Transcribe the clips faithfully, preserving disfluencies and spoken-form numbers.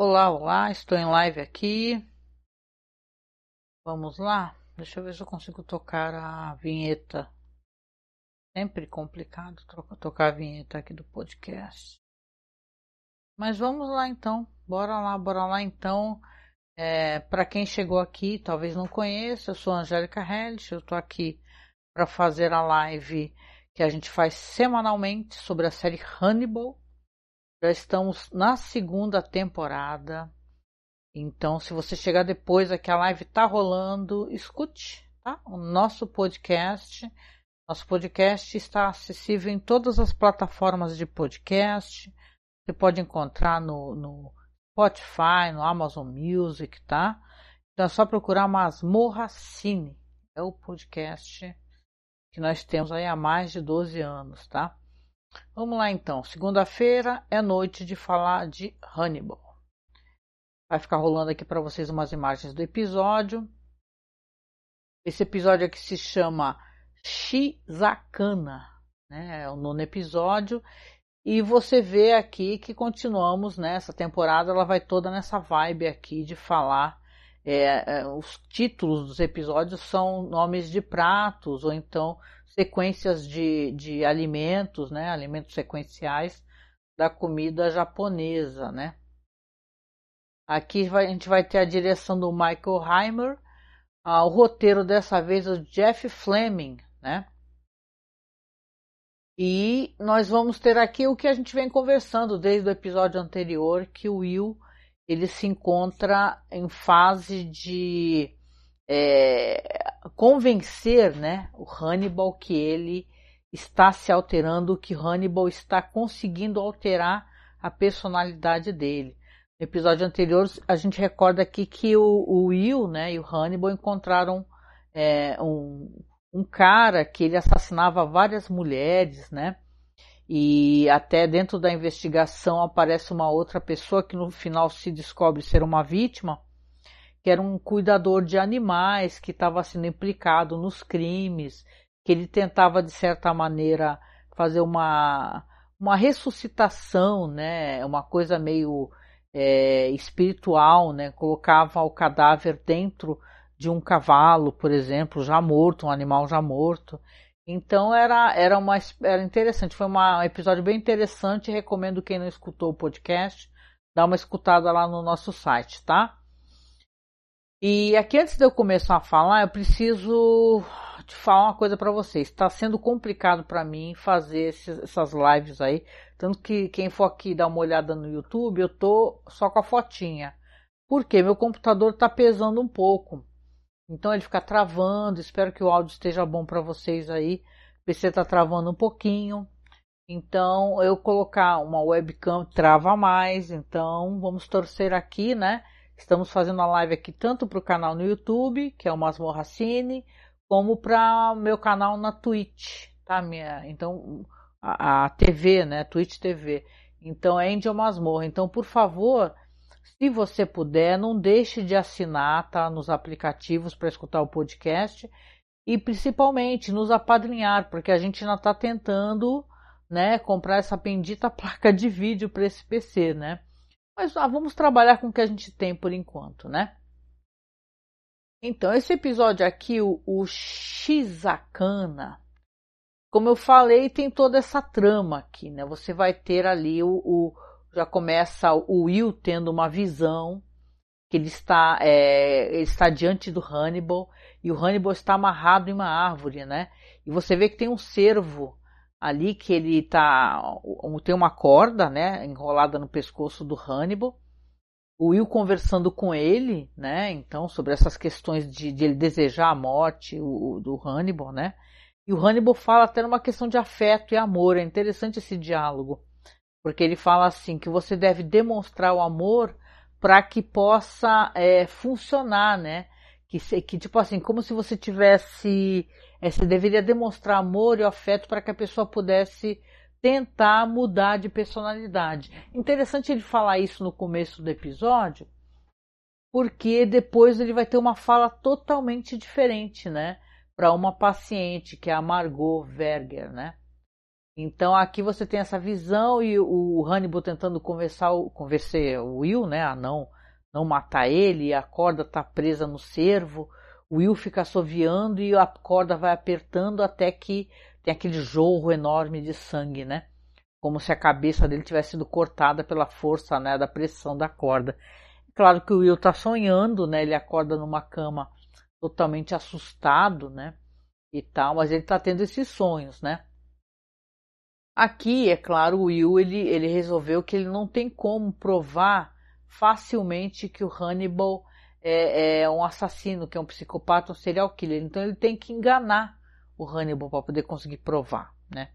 Olá, olá, estou em live aqui. Vamos lá? Deixa eu ver se eu consigo tocar a vinheta. Sempre complicado tocar a vinheta aqui do podcast. Mas vamos lá então, bora lá, bora lá então. É, para quem chegou aqui, talvez não conheça, eu sou a Angélica Hellish, eu estou aqui para fazer a live que a gente faz semanalmente sobre a série Hannibal. Já estamos na segunda temporada. Então, se você chegar depois que a live está rolando, escute, tá? O nosso podcast. Nosso podcast está acessível em todas as plataformas de podcast. Você pode encontrar no, no Spotify, no Amazon Music, tá? Então é só procurar Masmorra Cine. É o podcast que nós temos aí há mais de doze anos, tá? Vamos lá então. Segunda-feira é noite de falar de Hannibal. Vai ficar rolando aqui para vocês umas imagens do episódio. Esse episódio aqui se chama Shizakana, né? É o nono episódio. E você vê aqui que continuamos, né? Essa temporada ela vai toda nessa vibe aqui de falar. É, é, os títulos dos episódios são nomes de pratos ou então sequências de, de alimentos, né? Alimentos sequenciais da comida japonesa, né? Aqui vai, a gente vai ter a direção do Michael Heimer, ah, o roteiro dessa vez é o Jeff Fleming, né? E nós vamos ter aqui o que a gente vem conversando desde o episódio anterior, que o Will ele se encontra em fase de é, convencer, né, o Hannibal que ele está se alterando, que Hannibal está conseguindo alterar a personalidade dele. No episódio anterior, a gente recorda aqui que o, o Will, né, e o Hannibal encontraram é, um, um cara que ele assassinava várias mulheres, né? E até dentro da investigação aparece uma outra pessoa que no final se descobre ser uma vítima, que era um cuidador de animais que estava sendo implicado nos crimes, que ele tentava de certa maneira fazer uma, uma ressuscitação, né? Uma coisa meio é, espiritual, né? Colocava o cadáver dentro de um cavalo, por exemplo, já morto, um animal já morto. Então era, era, uma, era interessante, foi uma, um episódio bem interessante, recomendo quem não escutou o podcast, dar uma escutada lá no nosso site, tá? E aqui antes de eu começar a falar, eu preciso te falar uma coisa para vocês. Está sendo complicado para mim fazer esses, essas lives aí, tanto que quem for aqui dar uma olhada no YouTube, eu tô só com a fotinha. Por quê? Meu computador está pesando um pouco. Então ele fica travando, espero que o áudio esteja bom para vocês aí. O P C está travando um pouquinho. Então eu colocar uma webcam trava mais, então vamos torcer aqui, né? Estamos fazendo a live aqui tanto para o canal no YouTube, que é o Masmorra Cine, como para o meu canal na Twitch, tá? Minha, então a, a T V, né? Twitch T V. Então é Angel Masmorra. Então por favor, se você puder, não deixe de assinar, tá, nos aplicativos para escutar o podcast e principalmente nos apadrinhar, porque a gente ainda está tentando, né, comprar essa bendita placa de vídeo para esse P C, né? Mas ah, vamos trabalhar com o que a gente tem por enquanto, né? Então, esse episódio aqui, o, o Shizakana, como eu falei, tem toda essa trama aqui, né? Você vai ter ali o, o já começa o Will tendo uma visão que ele está, é, ele está diante do Hannibal e o Hannibal está amarrado em uma árvore, né? E você vê que tem um cervo ali que ele tá, tem uma corda, né, enrolada no pescoço do Hannibal. O Will conversando com ele, né? Então sobre essas questões de, de ele desejar a morte o, do Hannibal, né? E o Hannibal fala até numa questão de afeto e amor. É interessante esse diálogo. Porque ele fala assim, que você deve demonstrar o amor para que possa é, funcionar, né? Que, que tipo assim, como se você tivesse, é, você deveria demonstrar amor e afeto para que a pessoa pudesse tentar mudar de personalidade. Interessante ele falar isso no começo do episódio, porque depois ele vai ter uma fala totalmente diferente, né? Para uma paciente, que é a Margot Verger, né? Então aqui você tem essa visão e o Hannibal tentando conversar, convencer o Will, né, a não, não matar ele, e a corda está presa no cervo, o Will fica assoviando e a corda vai apertando até que tem aquele jorro enorme de sangue, né? Como se a cabeça dele tivesse sido cortada pela força, né, da pressão da corda. Claro que o Will está sonhando, né? Ele acorda numa cama totalmente assustado, né? E tal, mas ele está tendo esses sonhos, né? Aqui, é claro, o Will ele, ele resolveu que ele não tem como provar facilmente que o Hannibal é, é um assassino, que é um psicopata, um serial killer. Então ele tem que enganar o Hannibal para poder conseguir provar, né?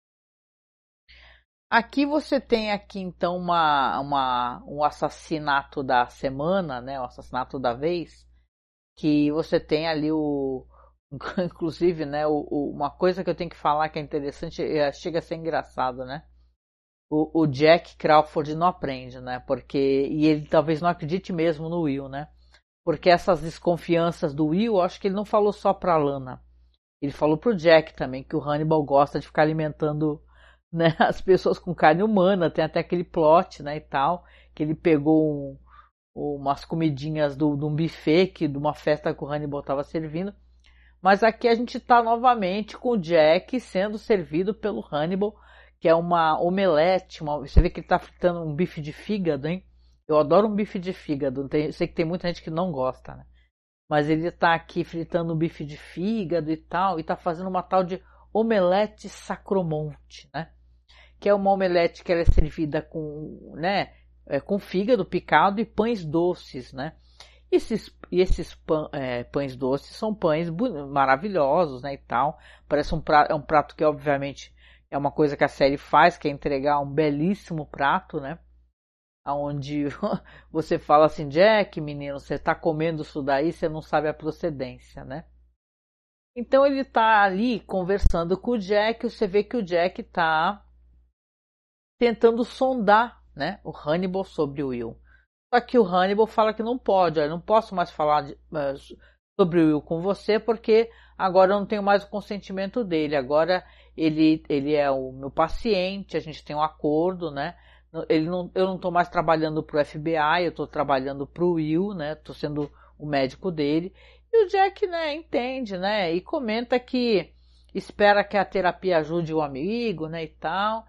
Aqui você tem aqui então uma, uma, um assassinato da semana, né? O assassinato da vez, que você tem ali o inclusive, né, o, o, uma coisa que eu tenho que falar que é interessante, é, chega a ser engraçado, né? O, o Jack Crawford não aprende, né? Porque e ele talvez não acredite mesmo no Will, né? Porque essas desconfianças do Will, eu acho que ele não falou só para Lana. Ele falou pro Jack também que o Hannibal gosta de ficar alimentando, né, as pessoas com carne humana. Tem até aquele plot, né, e tal, que ele pegou um, umas comidinhas do, de um buffet que, de uma festa que o Hannibal estava servindo. Mas aqui a gente está novamente com o Jack sendo servido pelo Hannibal, que é uma omelete. Uma, você vê que ele está fritando um bife de fígado, hein? Eu adoro um bife de fígado. Tem, eu sei que tem muita gente que não gosta, né? Mas ele está aqui fritando um bife de fígado e tal, e está fazendo uma tal de omelete Sacromonte, né? Que é uma omelete que ela é servida com, né, é, com fígado picado e pães doces, né? E esses, e esses pã, é, pães doces são pães maravilhosos, né, e tal. Parece um prato, é um prato que obviamente é uma coisa que a série faz, que é entregar um belíssimo prato, né? Onde você fala assim, Jack, menino, você está comendo isso daí, você não sabe a procedência, né? Então ele está ali conversando com o Jack, você vê que o Jack está tentando sondar, né, o Hannibal sobre o Will. Só que o Hannibal fala que não pode, eu não posso mais falar de, uh, sobre o Will com você, porque agora eu não tenho mais o consentimento dele, agora ele, ele é o meu paciente, a gente tem um acordo, né? Ele não, eu não estou mais trabalhando para o F B I, eu estou trabalhando para o Will, né? Estou sendo o médico dele. E o Jack, né, entende, né? E comenta que espera que a terapia ajude o amigo, né, e tal.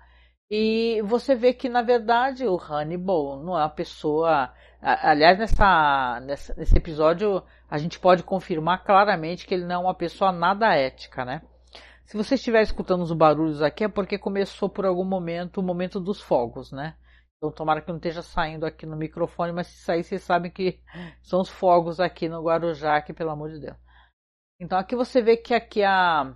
E você vê que, na verdade, o Hannibal não é uma pessoa... Aliás, nessa, nessa, nesse episódio, a gente pode confirmar claramente que ele não é uma pessoa nada ética, né? Se você estiver escutando os barulhos aqui, é porque começou por algum momento o momento dos fogos, né? Então, tomara que não esteja saindo aqui no microfone, mas se sair, vocês sabem que são os fogos aqui no Guarujá, aqui, pelo amor de Deus. Então, aqui você vê que aqui a...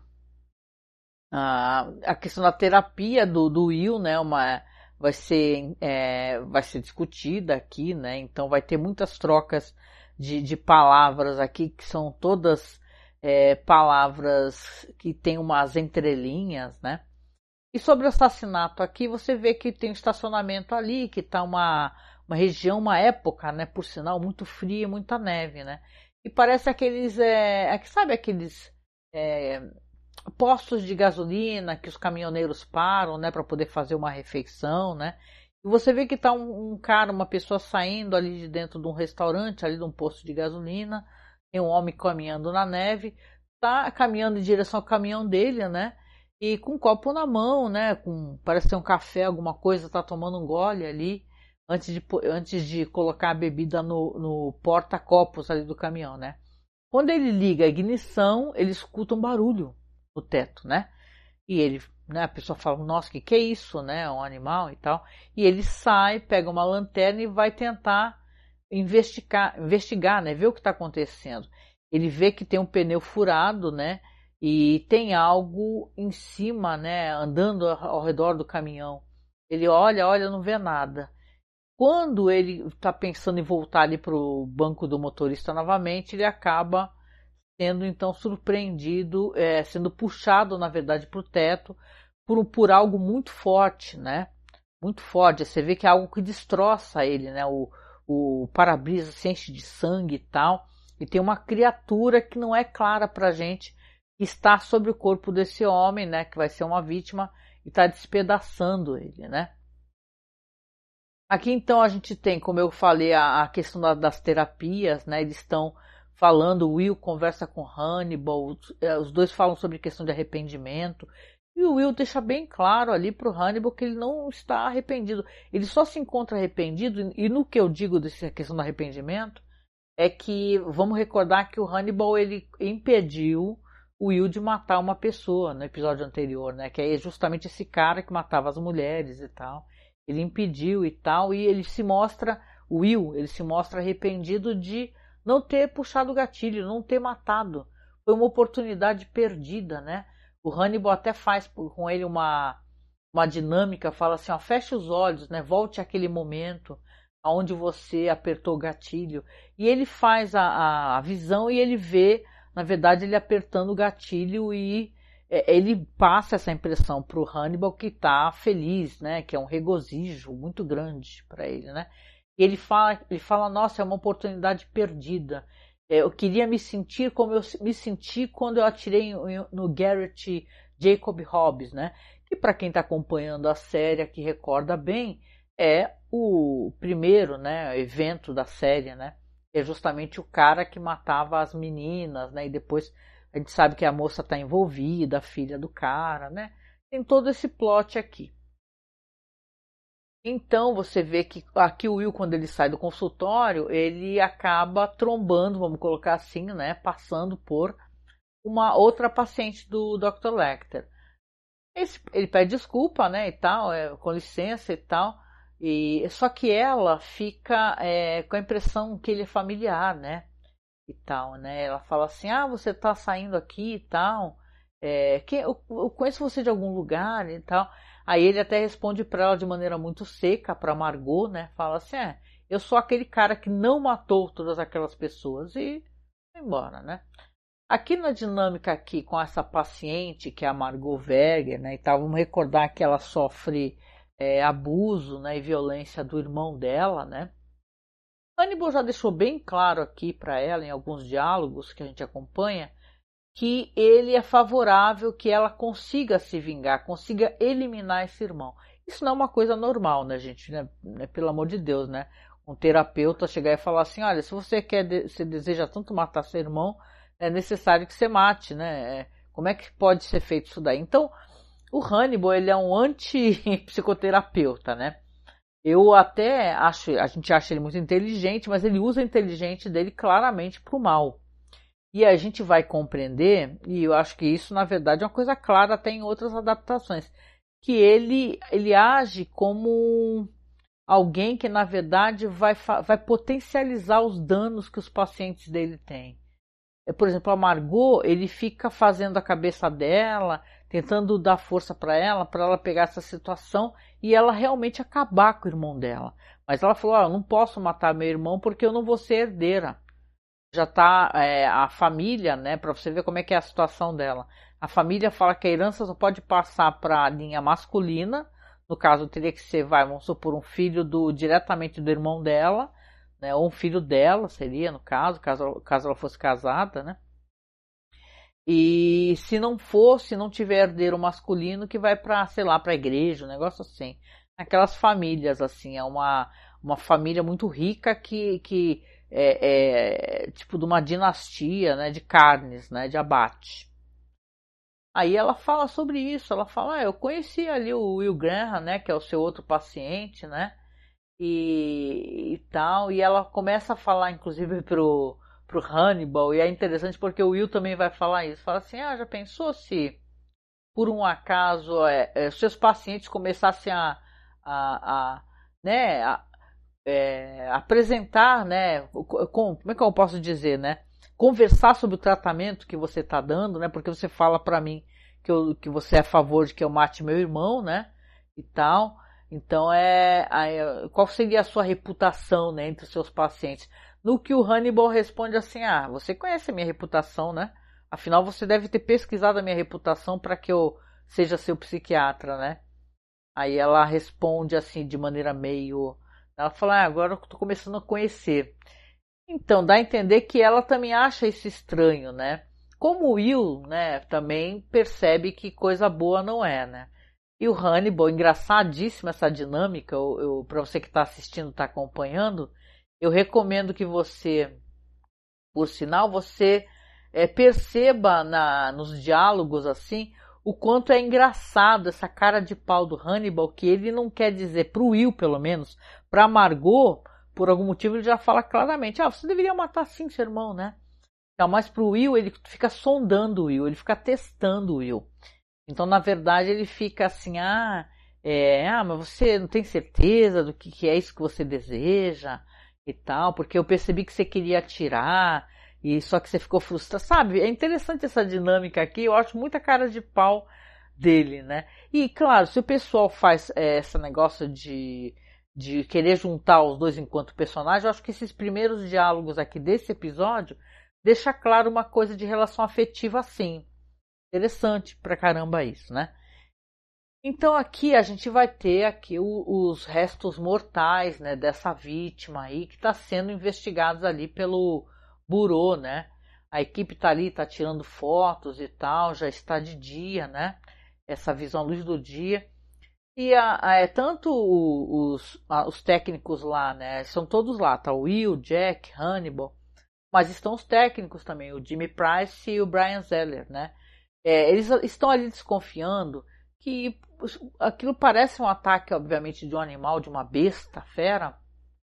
A, a questão da terapia do, do Will, né, uma, vai, ser, é, vai ser discutida aqui, né, então vai ter muitas trocas de, de palavras aqui, que são todas é, palavras que tem umas entrelinhas, né. E sobre o assassinato aqui, você vê que tem um estacionamento ali, que está uma, uma região, uma época, né, por sinal, muito fria e muita neve, né. E parece aqueles, é, sabe aqueles... É, postos de gasolina que os caminhoneiros param, né, para poder fazer uma refeição, né? E você vê que tá um, um cara, uma pessoa saindo ali de dentro de um restaurante, ali de um posto de gasolina, tem um homem caminhando na neve, tá caminhando em direção ao caminhão dele, né? E com um copo na mão, né? Com parece ser um café, alguma coisa, tá tomando um gole ali antes de antes de colocar a bebida no, no porta-copos ali do caminhão, né? Quando ele liga a ignição, ele escuta um barulho no teto, né? E ele, né, a pessoa fala, nossa, que que é isso, né? Um animal e tal. E ele sai, pega uma lanterna e vai tentar investigar, investigar, né? Ver o que está acontecendo. Ele vê que tem um pneu furado, né? E tem algo em cima, né? Andando ao redor do caminhão. Ele olha, olha, não vê nada. Quando ele está pensando em voltar ali para o banco do motorista novamente, ele acaba sendo então surpreendido, é, sendo puxado, na verdade, para o teto por, por algo muito forte, né? Muito forte. Você vê que é algo que destroça ele, né? O, o para-brisa se enche de sangue e tal. E tem uma criatura que não é clara para a gente, que está sobre o corpo desse homem, né? Que vai ser uma vítima. e está despedaçando ele, né? Aqui então a gente tem, como eu falei, a, a questão da, das terapias, né? Eles estão falando, o Will conversa com Hannibal, os, os dois falam sobre questão de arrependimento, e o Will deixa bem claro ali para o Hannibal que ele não está arrependido. Ele só se encontra arrependido, e no que eu digo dessa questão do arrependimento, é que vamos recordar que o Hannibal ele impediu o Will de matar uma pessoa no episódio anterior, né? Que é justamente esse cara que matava as mulheres e tal. Ele impediu e tal, e ele se mostra, o Will, ele se mostra arrependido de não ter puxado o gatilho, não ter matado. Foi uma oportunidade perdida, né? O Hannibal até faz com ele uma, uma dinâmica, fala assim, ó, feche os olhos, né? Volte àquele momento onde você apertou o gatilho. E ele faz a, a visão e ele vê, na verdade, ele apertando o gatilho e é, ele passa essa impressão para o Hannibal que está feliz, né? Que é um regozijo muito grande para ele, né? E ele fala, ele fala, nossa, é uma oportunidade perdida. É, eu queria me sentir como eu me senti quando eu atirei no Garrett Jacob Hobbs, né? Que para quem está acompanhando a série, que recorda bem, é o primeiro, né, evento da série, né? É justamente o cara que matava as meninas, né? E depois a gente sabe que a moça está envolvida, a filha do cara, né? Tem todo esse plot aqui. Então você vê que aqui o Will, quando ele sai do consultório, ele acaba trombando, vamos colocar assim, né? Passando por uma outra paciente do doutor Lecter. Esse, ele pede desculpa, né? E tal, é, com licença e tal. E, só que ela fica é, com a impressão que ele é familiar, né? E tal, né? Ela fala assim, ah, você tá saindo aqui e tal. É, que, eu, eu conheço você de algum lugar e tal. Aí ele até responde para ela de maneira muito seca, para Margot, né? Fala assim, é, eu sou aquele cara que não matou todas aquelas pessoas e vai embora, né? Aqui na dinâmica aqui com essa paciente, que é a Margot Verger, né? E tal, vamos recordar que ela sofre é, abuso, né, e violência do irmão dela, né? Hannibal já deixou bem claro aqui para ela, em alguns diálogos que a gente acompanha, que ele é favorável que ela consiga se vingar, consiga eliminar esse irmão. Isso não é uma coisa normal, né, gente? Né? Pelo amor de Deus, né? Um terapeuta chegar e falar assim, olha, se você quer, se deseja tanto matar seu irmão, é necessário que você mate, né? Como é que pode ser feito isso daí? Então, o Hannibal, ele é um anti-psicoterapeuta, né? Eu até acho, a gente acha ele muito inteligente, mas ele usa a inteligência dele claramente para o mal. E a gente vai compreender, e eu acho que isso, na verdade, é uma coisa clara até em outras adaptações, que ele, ele age como alguém que, na verdade, vai, vai potencializar os danos que os pacientes dele têm. Por exemplo, a Margot, ele fica fazendo a cabeça dela, tentando dar força para ela, para ela pegar essa situação e ela realmente acabar com o irmão dela. Mas ela falou, oh, eu não posso matar meu irmão porque eu não vou ser herdeira. Já tá é, a família, né, para você ver como é que é a situação dela. A família fala que a herança só pode passar para a linha masculina, no caso teria que ser, vai, vamos supor, um filho do diretamente do irmão dela, né, ou um filho dela seria, no caso, caso, caso ela fosse casada, né? E se não for, se não tiver herdeiro masculino, que vai para, sei lá, para a igreja, um negócio assim. Aquelas famílias, assim, é uma, uma família muito rica que, que é, é tipo de uma dinastia, né, de carnes, né, de abate. Aí ela fala sobre isso, ela fala, ah, eu conheci ali o Will Graham, né, que é o seu outro paciente, né, e, e tal, e ela começa a falar, inclusive, pro, pro Hannibal, e é interessante porque o Will também vai falar isso, fala assim, ah, já pensou se, por um acaso, é, é, seus pacientes começassem a, a, a né, a, é, apresentar, né, com, como é que eu posso dizer, né, conversar sobre o tratamento que você está dando, né, porque você fala para mim que, eu, que você é a favor de que eu mate meu irmão, né, e tal. Então, é, é, qual seria a sua reputação, né, entre os seus pacientes? No que o Hannibal responde assim, ah, você conhece a minha reputação, né? Afinal, você deve ter pesquisado a minha reputação para que eu seja seu psiquiatra, né? Aí ela responde assim, de maneira meio... Ela fala, ah, agora eu estou começando a conhecer. Então, dá a entender que ela também acha isso estranho, né? Como o Will, né, também percebe que coisa boa não é, né? E o Hannibal, engraçadíssima essa dinâmica, eu, eu, para você que está assistindo, está acompanhando, eu recomendo que você, por sinal, você é, perceba na, nos diálogos assim, o quanto é engraçado essa cara de pau do Hannibal, que ele não quer dizer, pro Will pelo menos, pra Margot, por algum motivo ele já fala claramente, ah, você deveria matar sim seu irmão, né? Não, mas pro Will ele fica sondando o Will, ele fica testando o Will. Então, na verdade, ele fica assim, ah, é, ah, mas você não tem certeza do que, que é isso que você deseja e tal, porque eu percebi que você queria atirar, e só que você ficou frustrado, sabe? É interessante essa dinâmica aqui, eu acho muita cara de pau dele, né? E, claro, se o pessoal faz é, esse negócio de, de querer juntar os dois enquanto personagem, eu acho que esses primeiros diálogos aqui desse episódio deixa claro uma coisa de relação afetiva assim. Interessante pra caramba isso, né? Então aqui a gente vai ter aqui o, os restos mortais, né, dessa vítima aí que está sendo investigados ali pelo Bureau, né? A equipe está ali, está tirando fotos e tal, já está de dia, né? Essa visão à luz do dia. E a, a, é tanto os, a, os técnicos lá, né? São todos lá, tá? O Will, Jack, Hannibal, mas estão os técnicos também, o Jimmy Price e o Brian Zeller, né? É, eles estão ali desconfiando que aquilo parece um ataque, obviamente, de um animal, de uma besta, fera.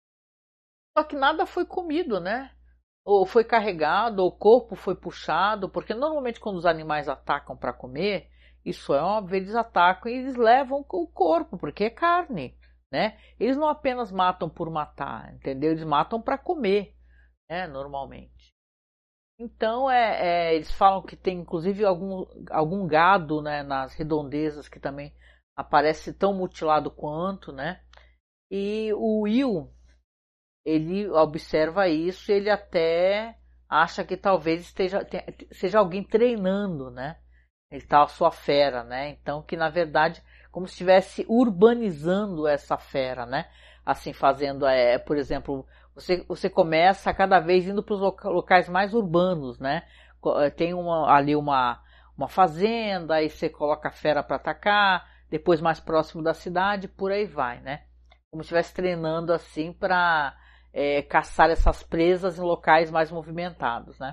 Só que nada foi comido, né? Ou foi carregado, ou o corpo foi puxado, porque normalmente quando os animais atacam para comer, isso é óbvio, eles atacam e eles levam o corpo, porque é carne, né? Eles não apenas matam por matar, entendeu? Eles matam para comer, né? Normalmente. Então, é, é, eles falam que tem inclusive algum, algum gado, né, nas redondezas que também aparece tão mutilado quanto, né? E o Will, ele observa isso e ele até acha que talvez esteja, seja alguém treinando, né? Ele tá a sua fera, né? Então, que na verdade, como se estivesse urbanizando essa fera, né? Assim, fazendo, é, por exemplo, você, você começa cada vez indo para os locais mais urbanos, né? Tem uma, ali uma, uma fazenda, aí você coloca a fera para atacar, depois mais próximo da cidade, por aí vai, né? Como se estivesse treinando assim para é, caçar essas presas em locais mais movimentados, né?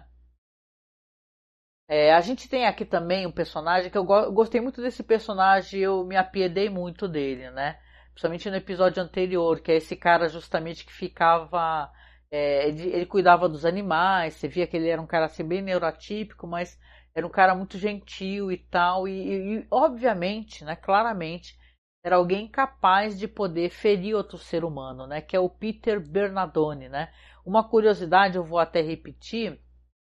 É, a gente tem aqui também um personagem que eu, go eu gostei muito desse personagem, eu me apiedei muito dele, né? Principalmente no episódio anterior, que é esse cara justamente que ficava... É, ele, ele cuidava dos animais, você via que ele era um cara assim bem neurotípico, mas era um cara muito gentil e tal, e, e obviamente, né, claramente, era alguém capaz de poder ferir outro ser humano, né? Que é o Peter Bernardone, né? Uma curiosidade, eu vou até repetir,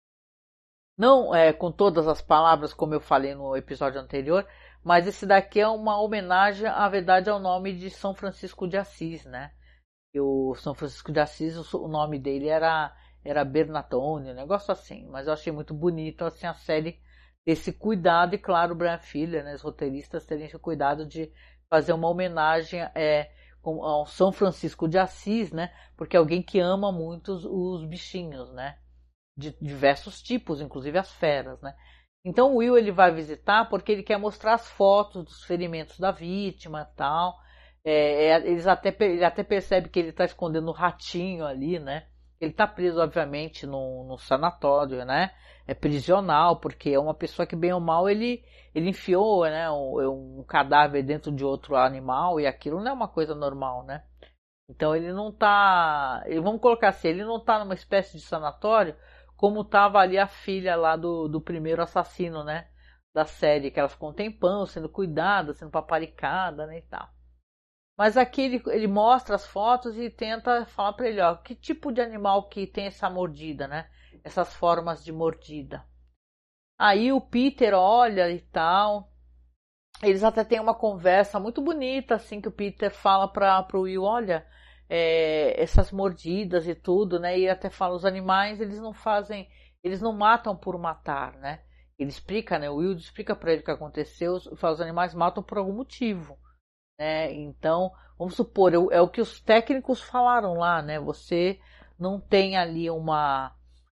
não é, com todas as palavras como eu falei no episódio anterior, mas esse daqui é uma homenagem, à verdade, ao nome de São Francisco de Assis, né? E o São Francisco de Assis, o nome dele era, era Bernardone, um negócio assim. Mas eu achei muito bonito assim, a série ter esse cuidado, e claro, o Brian Fuller, né, os roteiristas terem esse cuidado de fazer uma homenagem é, ao São Francisco de Assis, né? Porque é alguém que ama muito os, os bichinhos, né? De diversos tipos, inclusive as feras, né? Então o Will ele vai visitar porque ele quer mostrar as fotos dos ferimentos da vítima e tal. É, é, eles até, ele até percebe que ele está escondendo o ratinho ali, né? Ele está preso, obviamente, no, no sanatório, né? É prisional, porque é uma pessoa que, bem ou mal, ele, ele enfiou, né, um, um cadáver dentro de outro animal e aquilo não é uma coisa normal, né? Então ele não está... Vamos colocar assim, ele não está numa espécie de sanatório como estava ali a filha lá do, do primeiro assassino, né? Da série, que ela ficou um tempão sendo cuidada, sendo paparicada, né, e tal. Mas aqui ele, ele mostra as fotos e tenta falar para ele, ó, que tipo de animal que tem essa mordida, né? Essas formas de mordida. Aí o Peter olha e tal. Eles até têm uma conversa muito bonita, assim, que o Peter fala para o Will, olha, é, essas mordidas e tudo, né? E até fala, os animais, eles não fazem, eles não matam por matar, né? Ele explica, né? O Will explica para ele o que aconteceu, fala, os animais matam por algum motivo. Né? Então, vamos supor, é o que os técnicos falaram lá, né? Você não tem ali uma,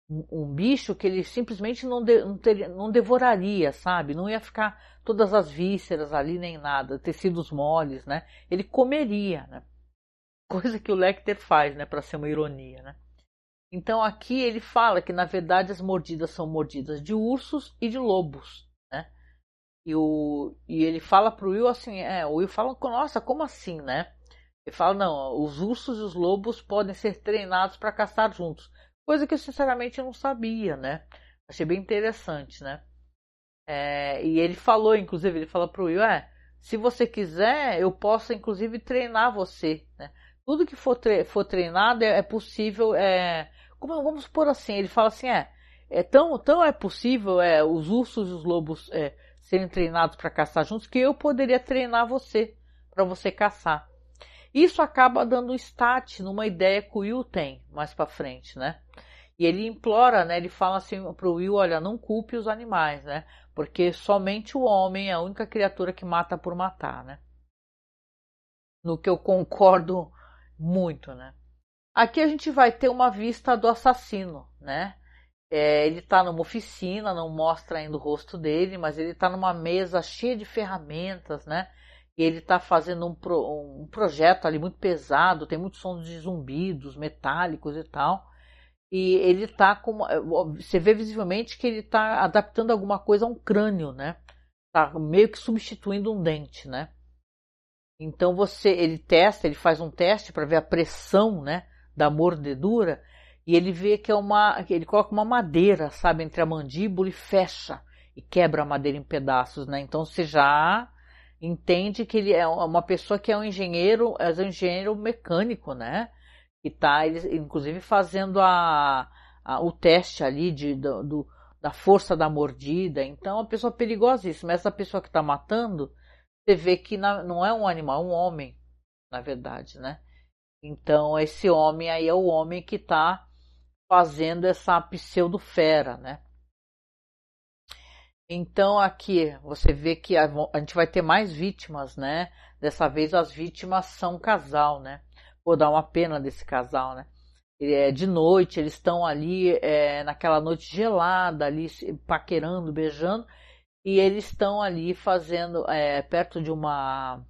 um, um bicho que ele simplesmente não, de, não, teria, não devoraria, sabe? Não ia ficar todas as vísceras ali nem nada, tecidos moles, né? Ele comeria, né? Coisa que o Lecter faz, né? Para ser uma ironia, né? Então aqui ele fala que na verdade as mordidas são mordidas de ursos e de lobos, né? E, o, e ele fala pro Will assim, é, o Will fala, nossa, como assim, né? Ele fala, não, os ursos e os lobos podem ser treinados para caçar juntos. Coisa que eu sinceramente não sabia, né? Achei bem interessante, né? É, e ele falou, inclusive, ele falou pro Will, é, se você quiser, eu posso inclusive treinar você, né? Tudo que for, tre for treinado é, é possível, é, como, vamos supor assim, ele fala assim, é, é tão, tão é possível é, os ursos e os lobos é, serem treinados para caçar juntos que eu poderia treinar você, para você caçar. Isso acaba dando um start numa ideia que o Will tem mais para frente, né? E ele implora, né? Ele fala assim pro Will, olha, não culpe os animais, né? Porque somente o homem é a única criatura que mata por matar, né? No que eu concordo muito, né? Aqui a gente vai ter uma vista do assassino, né? É, ele está numa oficina, não mostra ainda o rosto dele, mas ele está numa mesa cheia de ferramentas, né? E ele está fazendo um, pro, um projeto ali muito pesado, tem muitos sons de zumbidos, metálicos e tal. E ele está com. Você vê visivelmente que ele está adaptando alguma coisa a um crânio, né? Tá meio que substituindo um dente, né? Então você, ele testa, ele faz um teste para ver a pressão, né, da mordedura, e ele vê que é uma, ele coloca uma madeira, sabe, entre a mandíbula e fecha e quebra a madeira em pedaços, né? Então você já entende que ele é uma pessoa que é um engenheiro, é um engenheiro mecânico, né? Que está, inclusive, fazendo a, a, o teste ali de, do, do, da força da mordida. Então, é uma pessoa perigosíssima. Essa pessoa que está matando, você vê que não é um animal, é um homem, na verdade, né? Então, esse homem aí é o homem que está fazendo essa pseudo-fera, né? Então, aqui, você vê que a, a gente vai ter mais vítimas, né? Dessa vez, as vítimas são um casal, né? Vou dar uma pena desse casal, né? É, de noite, eles estão ali, é, naquela noite gelada, ali paquerando, beijando, e eles estão ali fazendo, é, perto de uma,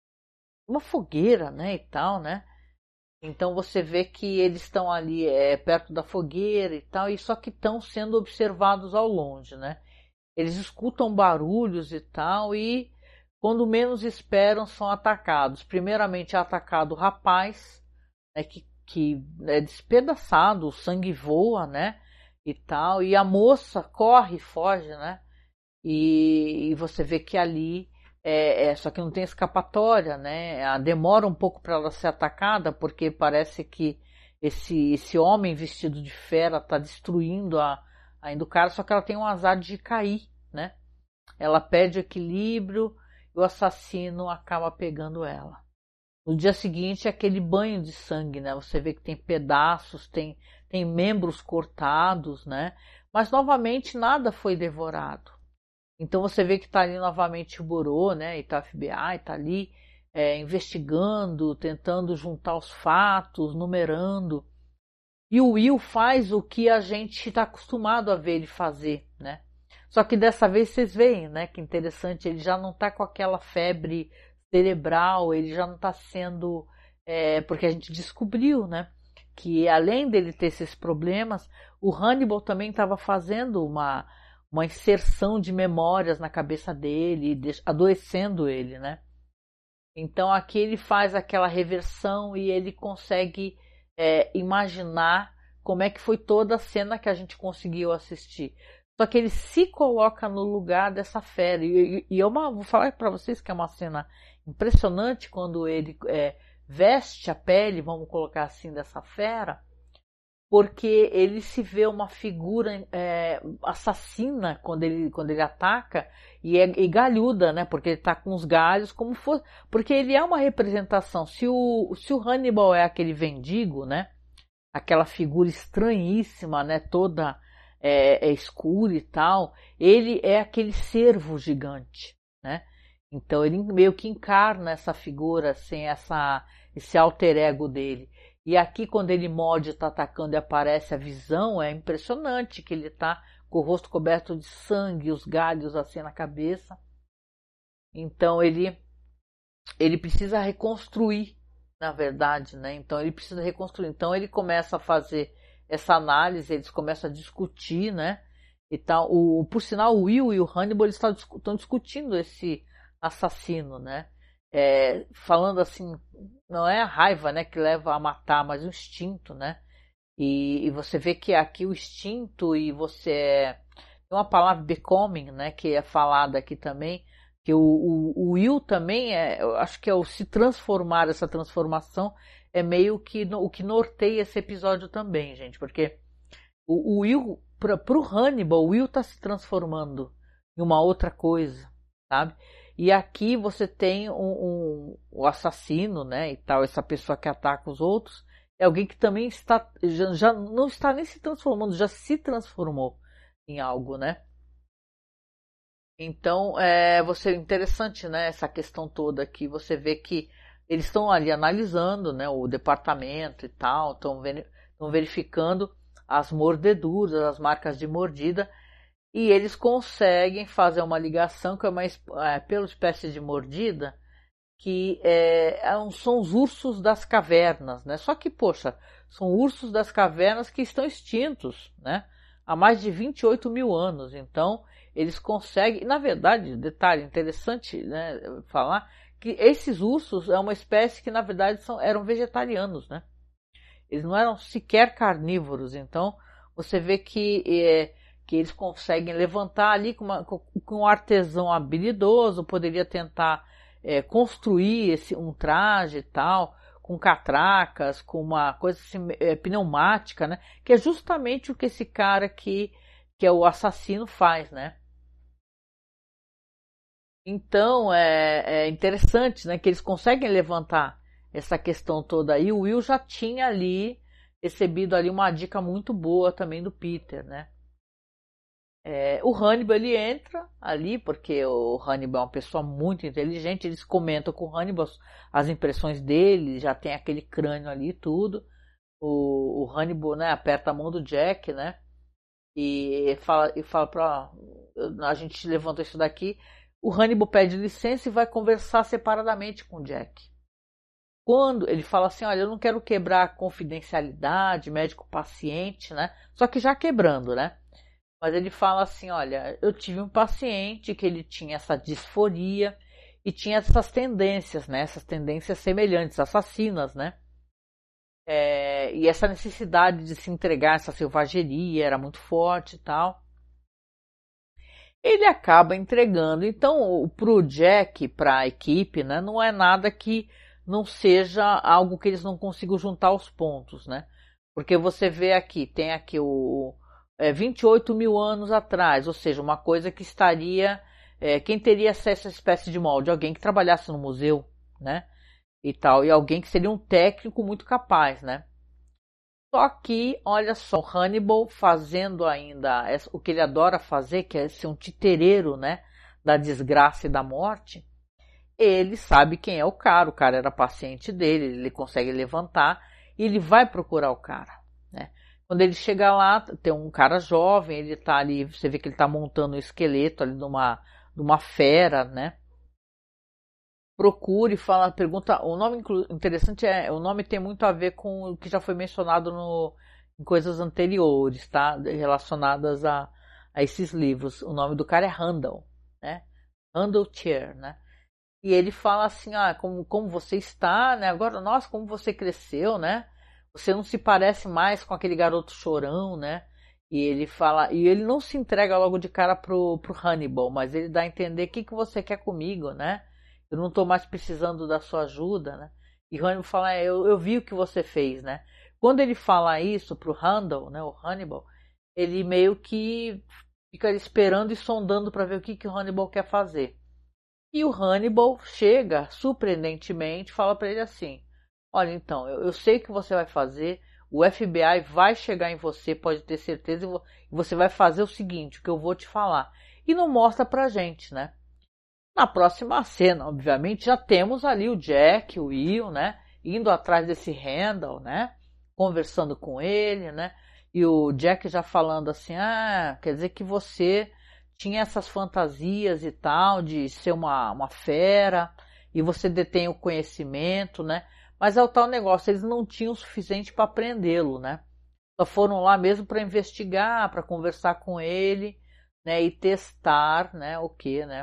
uma fogueira, né, e tal, né? Então você vê que eles estão ali, é, perto da fogueira e tal, e só que estão sendo observados ao longe, né? Eles escutam barulhos e tal, e quando menos esperam são atacados. Primeiramente é atacado o rapaz, né, que, que é despedaçado, o sangue voa, né, e tal, e a moça corre e foge, né, e, e você vê que ali, é, é, só que não tem escapatória, né, demora um pouco para ela ser atacada, porque parece que esse, esse homem vestido de fera está destruindo a, ainda o cara, só que ela tem um azar de cair, né, ela perde o equilíbrio, e o assassino acaba pegando ela. No dia seguinte, é aquele banho de sangue, né? Você vê que tem pedaços, tem, tem membros cortados, né? Mas, novamente, nada foi devorado. Então, você vê que está ali novamente o Bureau, né? E tá o F B I, está ali é, investigando, tentando juntar os fatos, numerando. E o Will faz o que a gente está acostumado a ver ele fazer, né? Só que dessa vez vocês veem, né, que interessante, ele já não está com aquela febre cerebral, ele já não está sendo, é, porque a gente descobriu, né, que além dele ter esses problemas, o Hannibal também estava fazendo uma, uma inserção de memórias na cabeça dele, adoecendo ele, né. Então aqui ele faz aquela reversão e ele consegue é, imaginar como é que foi toda a cena que a gente conseguiu assistir. Só que ele se coloca no lugar dessa fera. E, e eu vou falar para vocês que é uma cena impressionante quando ele é, veste a pele, vamos colocar assim, dessa fera, porque ele se vê uma figura é, assassina quando ele, quando ele ataca e, é, e galhuda, né? Porque ele está com os galhos, como fosse. Porque ele é uma representação. Se o, se o Hannibal é aquele mendigo, né? Aquela figura estranhíssima, né? Toda. É, é escuro e tal, ele é aquele cervo gigante, né? Então ele meio que encarna essa figura, assim, essa, esse alter ego dele. E aqui, quando ele morde, está atacando e aparece a visão, é impressionante que ele está com o rosto coberto de sangue, os galhos assim na cabeça. Então ele, ele precisa reconstruir, na verdade, né? Então ele precisa reconstruir. Então ele começa a fazer essa análise, eles começam a discutir, né? E tal. O, por sinal, o Will e o Hannibal eles estão, estão discutindo esse assassino, né? É, falando assim, não é a raiva, né, que leva a matar, mas o instinto, né? E, e você vê que aqui o instinto e você é, tem uma palavra becoming, né, que é falada aqui também, que o, o, o Will também é, eu acho que é o se transformar, essa transformação é meio que no, o que norteia esse episódio também, gente, porque o, o Will, para o Hannibal, o Will está se transformando em uma outra coisa, sabe? E aqui você tem um, um, o assassino, né, e tal, essa pessoa que ataca os outros, é alguém que também está, já, já não está nem se transformando, já se transformou em algo, né? Então, é você interessante, né, essa questão toda aqui, você vê que eles estão ali analisando, né, o departamento e tal, estão verificando as mordeduras, as marcas de mordida, e eles conseguem fazer uma ligação que é uma é, pela espécie de mordida, que é, são os ursos das cavernas, né? Só que, poxa, são ursos das cavernas que estão extintos, né? Há mais de vinte e oito mil anos. Então, eles conseguem... Na verdade, detalhe interessante, né, falar que esses ursos é uma espécie que, na verdade, são, eram vegetarianos, né? Eles não eram sequer carnívoros. Então, você vê que... É, que eles conseguem levantar ali com, uma, com um artesão habilidoso, poderia tentar é, construir esse, um traje e tal, com catracas, com uma coisa assim, é, pneumática, né? Que é justamente o que esse cara que, que é o assassino faz, né? Então é, é interessante, né, que eles conseguem levantar essa questão toda aí. O Will já tinha ali recebido ali uma dica muito boa também do Peter, né? É, o Hannibal ele entra ali porque o Hannibal é uma pessoa muito inteligente. Eles comentam com o Hannibal as impressões dele, já tem aquele crânio ali e tudo. O, o Hannibal, né, aperta a mão do Jack, né, e fala, e fala pra a gente levantou isso daqui. O Hannibal pede licença e vai conversar separadamente com o Jack. Quando ele fala assim, olha, eu não quero quebrar a confidencialidade médico-paciente, né, só que já quebrando, né. Mas ele fala assim, olha, eu tive um paciente que ele tinha essa disforia e tinha essas tendências, né? Essas tendências semelhantes, assassinas, né? É, e essa necessidade de se entregar a essa selvageria era muito forte e tal. Ele acaba entregando. Então, pro Jack, pra equipe, né? Não é nada que não seja algo que eles não consigam juntar os pontos, né? Porque você vê aqui, tem aqui o... É, vinte e oito mil anos atrás, ou seja, uma coisa que estaria... É, quem teria acesso a essa espécie de molde? Alguém que trabalhasse no museu, né? E tal, e alguém que seria um técnico muito capaz, né? Só que, olha só, o Hannibal fazendo ainda o que ele adora fazer, que é ser um titereiro, né? Da desgraça e da morte. Ele sabe quem é o cara, o cara era paciente dele, ele consegue levantar e ele vai procurar o cara, né? Quando ele chega lá, tem um cara jovem, ele tá ali, você vê que ele tá montando um esqueleto ali numa, numa fera, né? Procura e fala, pergunta, o nome interessante é, o nome tem muito a ver com o que já foi mencionado no, em coisas anteriores, tá? Relacionadas a, a esses livros. O nome do cara é Randall, né? Randall Chair, né? E ele fala assim, ah, como, como você está, né? Agora, nossa, como você cresceu, né? Você não se parece mais com aquele garoto chorão, né? E ele fala, e ele não se entrega logo de cara pro, pro Hannibal, mas ele dá a entender o que, que você quer comigo, né? Eu não estou mais precisando da sua ajuda, né? E Hannibal fala, é, eu, eu vi o que você fez, né? Quando ele fala isso pro Randall, né? O Hannibal, ele meio que fica esperando e sondando para ver o que, que o Hannibal quer fazer. E o Hannibal chega, surpreendentemente, fala para ele assim, olha, então, eu, eu sei o que você vai fazer, o F B I vai chegar em você, pode ter certeza, e você vai fazer o seguinte, o que eu vou te falar. E não mostra pra gente, né? Na próxima cena, obviamente, já temos ali o Jack, o Will, né? indo atrás desse Randall, né? Conversando com ele, né? E o Jack já falando assim, ah, quer dizer que você tinha essas fantasias e tal, de ser uma, uma fera, e você detém o conhecimento, né? Mas é o tal negócio, eles não tinham o suficiente para prendê-lo, né? Só foram lá mesmo para investigar, para conversar com ele, né? E testar, né? O que, né?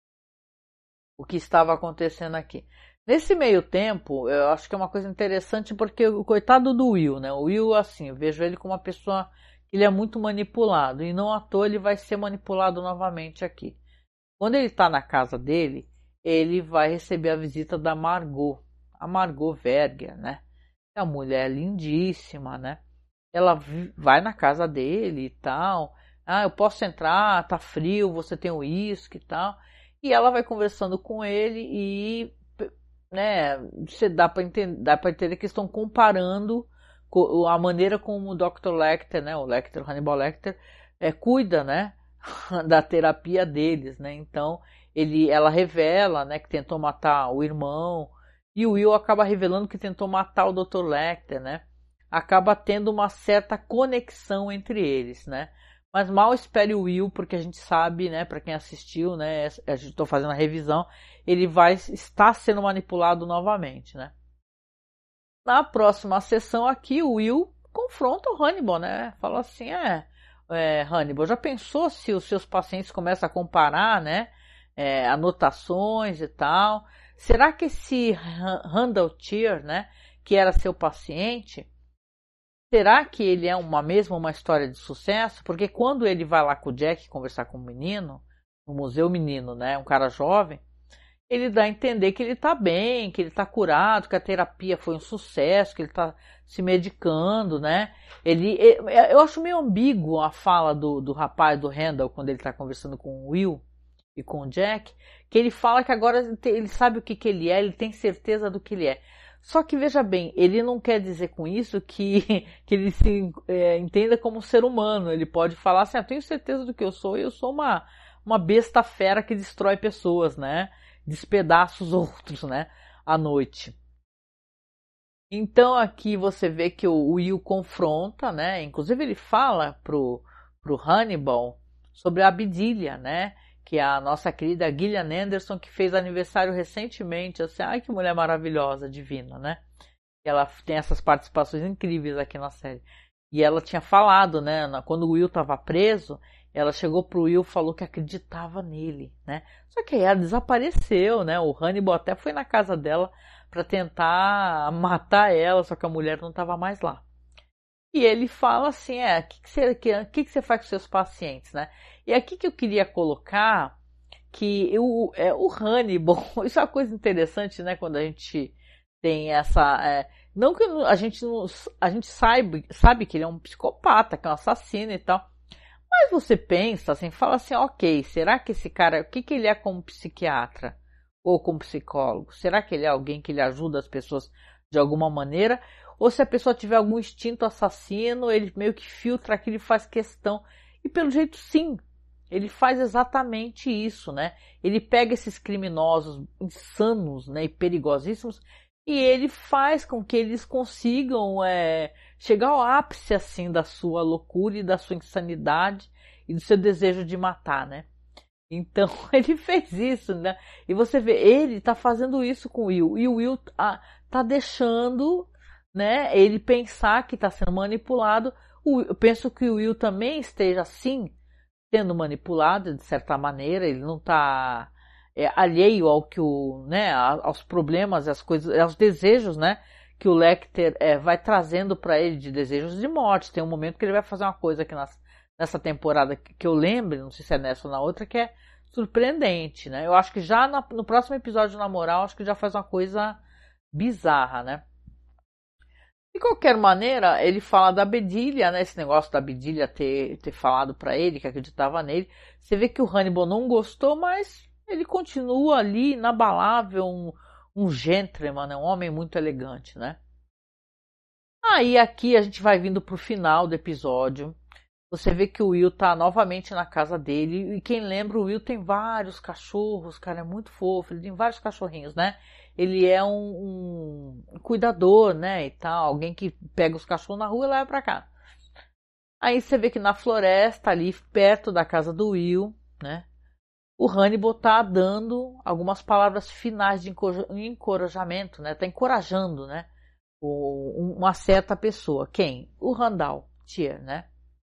O que estava acontecendo aqui. Nesse meio tempo, eu acho que é uma coisa interessante porque o coitado do Will, né? O Will, assim, eu vejo ele como uma pessoa que ele é muito manipulado e não à toa ele vai ser manipulado novamente aqui. Quando ele está na casa dele, ele vai receber a visita da Margot, a Margot Verger, né? É uma mulher lindíssima, né? Ela vai na casa dele e tal. Ah, eu posso entrar, tá frio, você tem uísque e tal. E ela vai conversando com ele e, né, você dá para entender, dá para entender que estão comparando a maneira como o doutor Lecter, né, o Lecter, o Hannibal Lecter, é, cuida, né, da terapia deles, né? Então, ele, ela revela, né, que tentou matar o irmão e o Will acaba revelando que tentou matar o doutor Lecter, né? Acaba tendo uma certa conexão entre eles, né? Mas mal espere o Will, porque a gente sabe, né, para quem assistiu, né, a gente estou fazendo a revisão, ele vai estar sendo manipulado novamente, né? Na próxima sessão aqui, o Will confronta o Hannibal, né? Fala assim, é, é Hannibal, já pensou se os seus pacientes começam a comparar, né, é, anotações e tal? Será que esse Randall Tier, né, que era seu paciente, será que ele é uma mesma uma história de sucesso? Porque quando ele vai lá com o Jack conversar com o menino, no museu menino, né, um cara jovem, ele dá a entender que ele está bem, que ele está curado, que a terapia foi um sucesso, que ele está se medicando, né? Ele, eu acho meio ambíguo a fala do, do rapaz, do Randall, quando ele está conversando com o Will e com o Jack, que ele fala que agora ele sabe o que, que ele é, ele tem certeza do que ele é. Só que, veja bem, ele não quer dizer com isso que, que ele se é, entenda como um ser humano. Ele pode falar assim, ah, tenho certeza do que eu sou, eu sou uma, uma besta fera que destrói pessoas, né? Despedaça os outros, né? À noite. Então aqui você vê que o Will confronta, né? Inclusive ele fala pro, pro Hannibal sobre a Abdilia, né? Que é a nossa querida Gillian Anderson, que fez aniversário recentemente. Assim, ai, que mulher maravilhosa, divina, né? E ela tem essas participações incríveis aqui na série. E ela tinha falado, né? Quando o Will estava preso, ela chegou pro Will e falou que acreditava nele, né? Só que aí ela desapareceu, né? O Hannibal até foi na casa dela para tentar matar ela, só que a mulher não estava mais lá. E ele fala assim, é, o que, que, você, que, que, que você faz com seus pacientes, né? E aqui que eu queria colocar que eu, é, o Hannibal, isso é uma coisa interessante, né? Quando a gente tem essa... É, não que a gente, não, a gente sabe, sabe que ele é um psicopata, que é um assassino e tal, mas você pensa assim, fala assim, ok, será que esse cara, o que, que ele é como psiquiatra? Ou como psicólogo? Será que ele é alguém que ele ajuda as pessoas de alguma maneira? Ou se a pessoa tiver algum instinto assassino, ele meio que filtra aquilo e faz questão. E pelo jeito sim, ele faz exatamente isso, né? Ele pega esses criminosos insanos, né, e perigosíssimos e ele faz com que eles consigam é, chegar ao ápice assim da sua loucura e da sua insanidade e do seu desejo de matar, né? Então ele fez isso, né? E você vê, ele tá fazendo isso com o Will. E o Will tá, tá deixando, né, ele pensar que está sendo manipulado. Eu penso que o Will também esteja assim, sendo manipulado de certa maneira. Ele não está é, alheio ao que o, né, aos problemas, às coisas, aos desejos, né, que o Lecter é, vai trazendo para ele de desejos de morte. Tem um momento que ele vai fazer uma coisa que nas nessa temporada que eu lembro, não sei se é nessa ou na outra, que é surpreendente, né? Eu acho que já na, no próximo episódio Na Moral, acho que já faz uma coisa bizarra, né? De qualquer maneira, ele fala da Abdilia, né? Esse negócio da Abdilia ter, ter falado para ele que acreditava nele. Você vê que o Hannibal não gostou, mas ele continua ali inabalável, um, um gentleman, né? Um homem muito elegante, né? Aí aqui a gente vai vindo pro final do episódio. Você vê que o Will tá novamente na casa dele. E quem lembra, o Will tem vários cachorros, cara, é muito fofo. Ele tem vários cachorrinhos, né? ele é um, um cuidador, né, e tal, alguém que pega os cachorros na rua e leva para cá. Aí você vê que na floresta, ali perto da casa do Will, né, o Hannibal tá dando algumas palavras finais de encorajamento, né, tá encorajando, né, uma certa pessoa. Quem? O Randall Tier, né,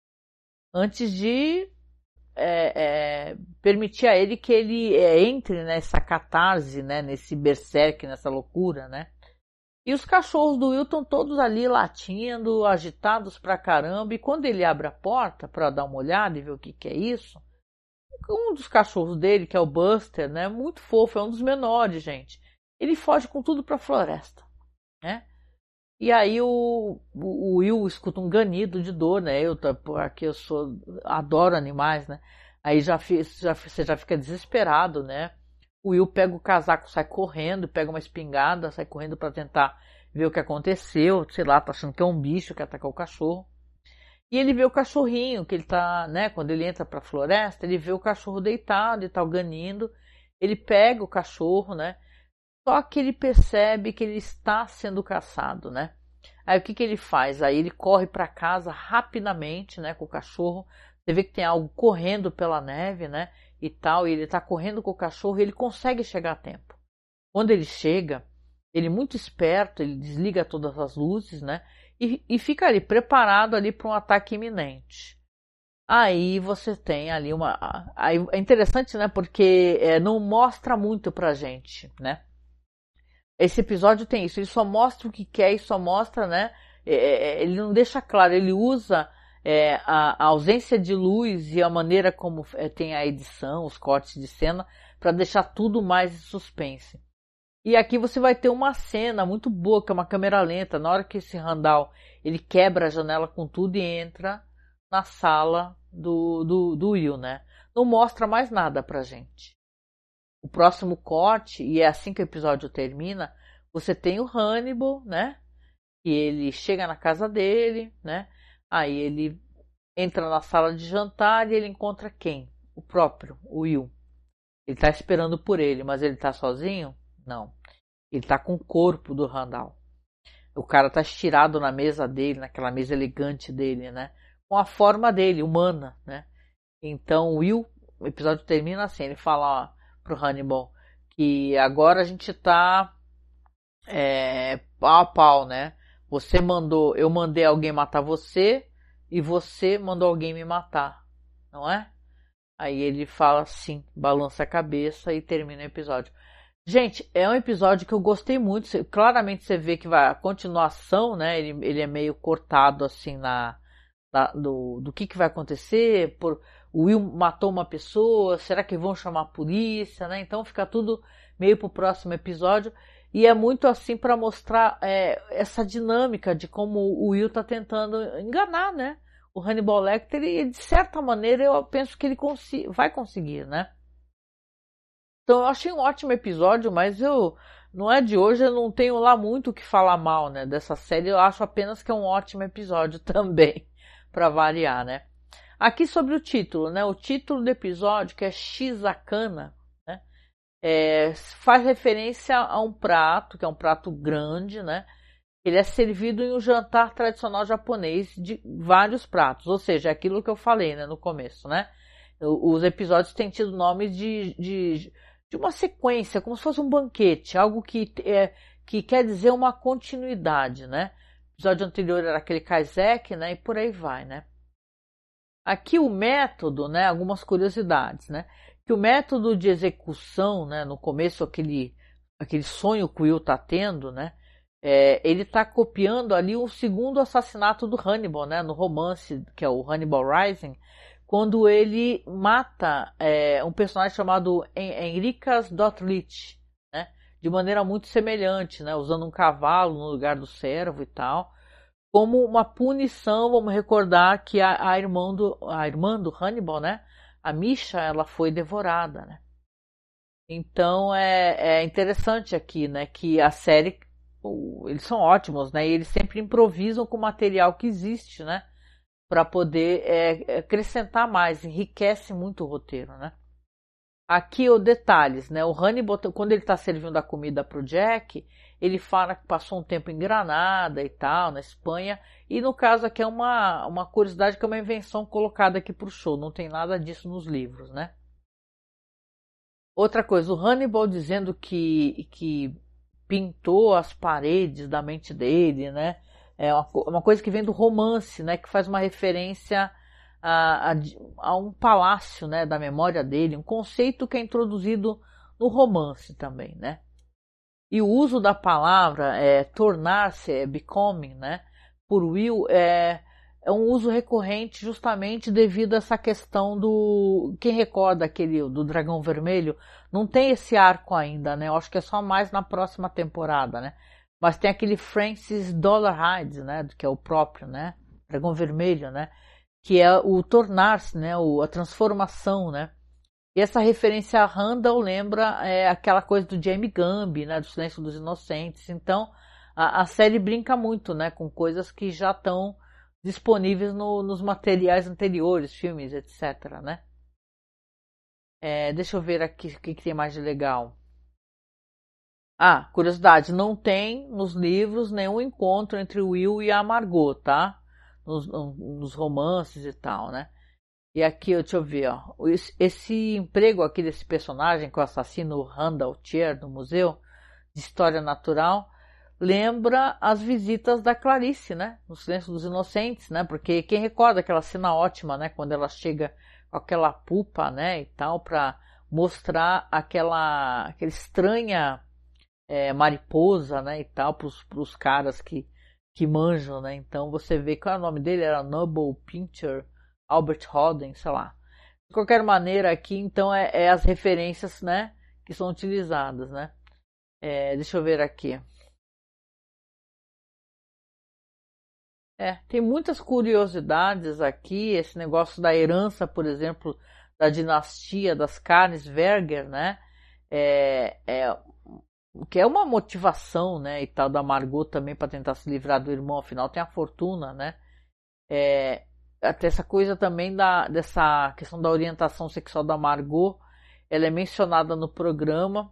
antes de É, é, permitir a ele que ele é, entre nessa catarse, né, nesse berserk, nessa loucura, né? E os cachorros do Will estão todos ali latindo, agitados pra caramba, e quando ele abre a porta para dar uma olhada e ver o que, que é isso, um dos cachorros dele, que é o Buster, né, muito fofo, é um dos menores, gente, ele foge com tudo pra floresta, né? E aí o, o, o Will escuta um ganido de dor, né? Eu, aqui eu sou, adoro animais, né? Aí já, já, você já fica desesperado, né? O Will pega o casaco, sai correndo, pega uma espingarda, sai correndo para tentar ver o que aconteceu, sei lá, tá achando que é um bicho que atacou o cachorro. E ele vê o cachorrinho, que ele tá, né? Quando ele entra pra floresta, ele vê o cachorro deitado e tal, ganindo. Ele pega o cachorro, né? Só que ele percebe que ele está sendo caçado, né? Aí o que, que ele faz? Aí ele corre para casa rapidamente, né, com o cachorro. Você vê que tem algo correndo pela neve, né, e tal. E ele está correndo com o cachorro e ele consegue chegar a tempo. Quando ele chega, ele muito esperto, ele desliga todas as luzes, né, e, e fica ali preparado ali para um ataque iminente. Aí você tem ali uma... Aí é interessante, né, porque é, não mostra muito pra gente, né. Esse episódio tem isso, ele só mostra o que quer e só mostra, né, é, ele não deixa claro, ele usa é, a, a ausência de luz e a maneira como é, tem a edição, os cortes de cena, para deixar tudo mais em suspense. E aqui você vai ter uma cena muito boa, que é uma câmera lenta, na hora que esse Randall, ele quebra a janela com tudo e entra na sala do, do, do Will, né, não mostra mais nada pra gente. O próximo corte, e é assim que o episódio termina, você tem o Hannibal, né? E ele chega na casa dele, né? Aí ele entra na sala de jantar e ele encontra quem? O próprio, o Will. Ele tá esperando por ele, mas ele tá sozinho? Não. Ele tá com o corpo do Randall. O cara tá estirado na mesa dele, naquela mesa elegante dele, né? Com a forma dele, humana, né? Então o Will, o episódio termina assim, ele fala, ó, pro Hannibal, que agora a gente tá é, pau a pau, né? Você mandou, eu mandei alguém matar você e você mandou alguém me matar, não é? Aí ele fala assim, balança a cabeça e termina o episódio. Gente, é um episódio que eu gostei muito. Claramente você vê que vai a continuação, né? Ele, ele é meio cortado assim na, na do, do que, que vai acontecer. Por, o Will matou uma pessoa, será que vão chamar a polícia, né? Então fica tudo meio pro próximo episódio. E é muito assim para mostrar é, essa dinâmica de como o Will tá tentando enganar, né? O Hannibal Lecter, e de certa maneira eu penso que ele consi- vai conseguir, né? Então eu achei um ótimo episódio, mas eu não é de hoje, eu não tenho lá muito o que falar mal, né, dessa série. Eu acho apenas que é um ótimo episódio também, para variar, né? Aqui sobre o título, né? O título do episódio, que é Shizakana, né? É, faz referência a um prato, que é um prato grande, né? Ele é servido em um jantar tradicional japonês de vários pratos, ou seja, é aquilo que eu falei, né, no começo, né? Os episódios têm tido nomes de, de, de uma sequência, como se fosse um banquete, algo que, é, que quer dizer uma continuidade, né? O episódio anterior era aquele kaiseki, né? E por aí vai, né? Aqui o método, né? Algumas curiosidades, né? Que o método de execução, né? No começo, aquele, aquele sonho que o Will tá tendo, né? É, ele está copiando ali o segundo assassinato do Hannibal, né, no romance, que é o Hannibal Rising, quando ele mata é, um personagem chamado Enricas Dothrich, né, de maneira muito semelhante, né, usando um cavalo no lugar do servo e tal, como uma punição. Vamos recordar que a, a, irmã, do, a irmã do Hannibal, né, a Misha, ela foi devorada, né. Então é, é interessante aqui, né, que a série, eles são ótimos, né? E eles sempre improvisam com o material que existe, né? Para poder é, acrescentar mais, enriquece muito o roteiro, né? Aqui o detalhes, né? O Hannibal, quando ele está servindo a comida para o Jack, ele fala que passou um tempo em Granada e tal, na Espanha. E no caso aqui é uma, uma curiosidade que é uma invenção colocada aqui para o show. Não tem nada disso nos livros, né? Outra coisa, o Hannibal dizendo que, que pintou as paredes da mente dele, né? É uma, uma coisa que vem do romance, né? Que faz uma referência a, a, a um palácio, né? Da memória dele, um conceito que é introduzido no romance também, né? E o uso da palavra é, tornar-se, é, becoming, né? Por Will é, é um uso recorrente justamente devido a essa questão do... Quem recorda aquele do Dragão Vermelho, não tem esse arco ainda, né? Eu acho que é só mais na próxima temporada, né? Mas tem aquele Francis Dolarhyde, né? Que é o próprio, né? Dragão Vermelho, né? Que é o tornar-se, né? O, a transformação, né? E essa referência a Randall lembra é, aquela coisa do James Gumby, né? Do Silêncio dos Inocentes. Então, a, a série brinca muito, né? Com coisas que já estão disponíveis no, nos materiais anteriores, filmes, etcétera, né? É, deixa eu ver aqui o que, que tem mais de legal. Ah, curiosidade, não tem nos livros nenhum encontro entre o Will e a Margot, tá? Nos, nos romances e tal, né? E aqui, deixa eu ver, ó. Esse emprego aqui desse personagem, que é o assassino Randall Tier, no Museu de História Natural, lembra as visitas da Clarice, né? No Silêncio dos Inocentes, né? Porque quem recorda aquela cena ótima, né? Quando ela chega com aquela pupa, né? E tal, para mostrar aquela, aquela estranha é, mariposa, né? E tal, para os caras que, que manjam, né? Então você vê qual é o nome dele, era Noble Pincher, Albert Hoden, sei lá. De qualquer maneira, aqui então é, é as referências, né? Que são utilizadas, né? É, deixa eu ver aqui. É, tem muitas curiosidades aqui, esse negócio da herança, por exemplo, da dinastia das Carnesberger, né? É, é, que é uma motivação, né, e tal, da Margot também para tentar se livrar do irmão, afinal tem a fortuna, né? É, até essa coisa também da, dessa questão da orientação sexual da Margot, ela é mencionada no programa.